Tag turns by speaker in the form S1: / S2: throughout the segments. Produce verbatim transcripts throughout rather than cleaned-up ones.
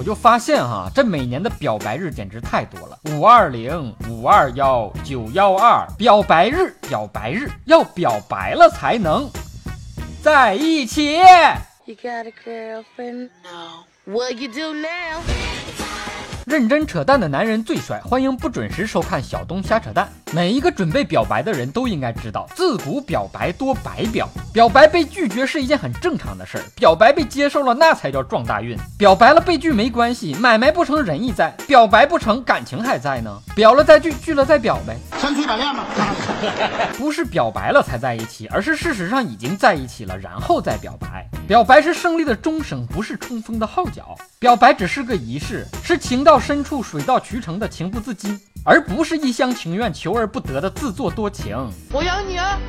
S1: 我就发现哈，这每年的表白日简直太多了，五二零、五二幺、九一二，表白日，表白日，要表白了才能在一起。You got a girlfriend? No. What you do now? 认真扯淡的男人最帅，欢迎不准时收看小东瞎扯淡。每一个准备表白的人都应该知道，自古表白多白表，表白被拒绝是一件很正常的事儿，表白被接受了那才叫撞大运。表白了被拒没关系，买卖不成仁义在，表白不成感情还在呢，表了再拒，拒了再表呗，
S2: 千锤百炼嘛。
S1: 不是表白了才在一起，而是事实上已经在一起了，然后再表白。表白是胜利的钟声，不是冲锋的号角。表白只是个仪式，是情到深处水到渠成的情不自禁，而不是一厢情愿求而不得的自作多情。
S2: 我养你啊！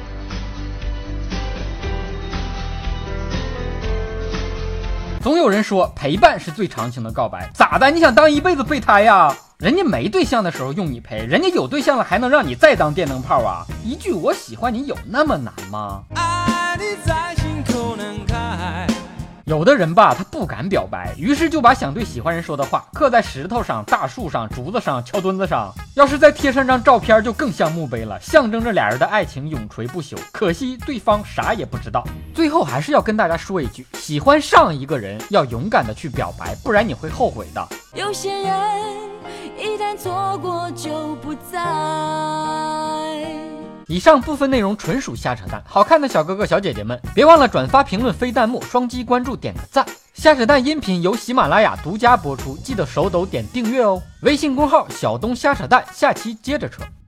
S1: 总有人说陪伴是最长情的告白，咋的？你想当一辈子备胎呀？人家没对象的时候用你陪，人家有对象了还能让你再当电灯泡啊？一句我喜欢你有那么难吗？爱你在心口能开。有的人吧，他不敢表白，于是就把想对喜欢人说的话刻在石头上、大树上、竹子上、桥墩子上。要是再贴上张照片，就更像墓碑了，象征着俩人的爱情永垂不朽。可惜对方啥也不知道。最后还是要跟大家说一句，喜欢上一个人要勇敢的去表白，不然你会后悔的。有些人一旦错过就不再。以上部分内容纯属瞎扯淡，好看的小哥哥小姐姐们别忘了转发评论飞弹幕，双击关注点个赞。瞎扯淡音频由喜马拉雅独家播出，记得手抖点订阅哦。微信公号小东瞎扯淡，下期接着扯。